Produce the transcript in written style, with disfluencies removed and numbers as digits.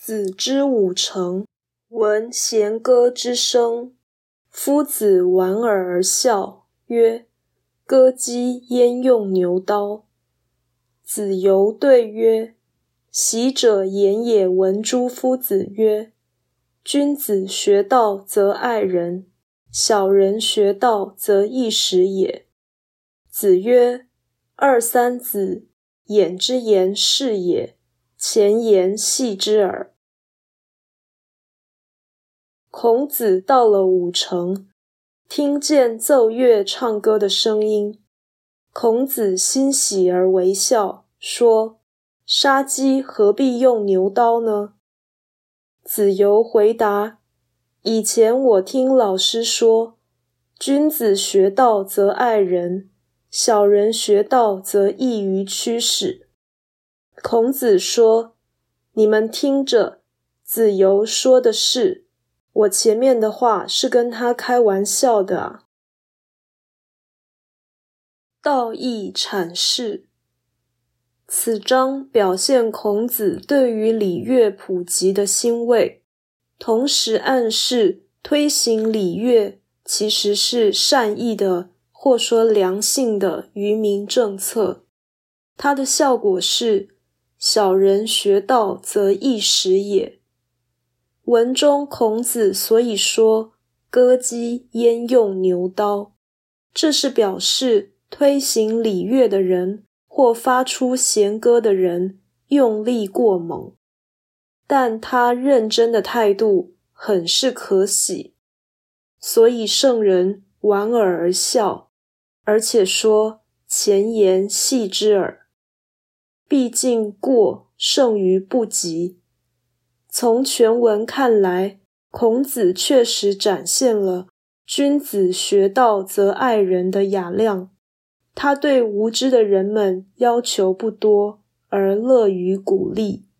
子之五成，闻弦歌之声。夫子莞尔而笑，曰：歌姬焉用牛刀？子游对曰：习者言也闻诸夫子曰：君子学道则爱人，小人学道则易时也。子曰：二三子，眼之言是也，前言戏之耳。孔子到了武城，听见奏乐唱歌的声音，孔子欣喜而微笑，说：杀鸡何必用牛刀呢？子游回答：以前我听老师说，君子学道则爱人，小人学道则易于驱使。孔子说：你们听着，子游说的是，我前面的话是跟他开玩笑的啊。道义阐释，此章表现孔子对于礼乐普及的欣慰，同时暗示推行礼乐其实是善意的或说良性的愚民政策。它的效果是小人学道则易时也。文中孔子所以说歌姬焉用牛刀，这是表示推行礼乐的人或发出弦歌的人用力过猛，但他认真的态度很是可喜，所以圣人莞尔而笑，而且说前言戏之耳。毕竟过胜于不及。从全文看来，孔子确实展现了君子学道则爱人的雅量，他对无知的人们要求不多，而乐于鼓励。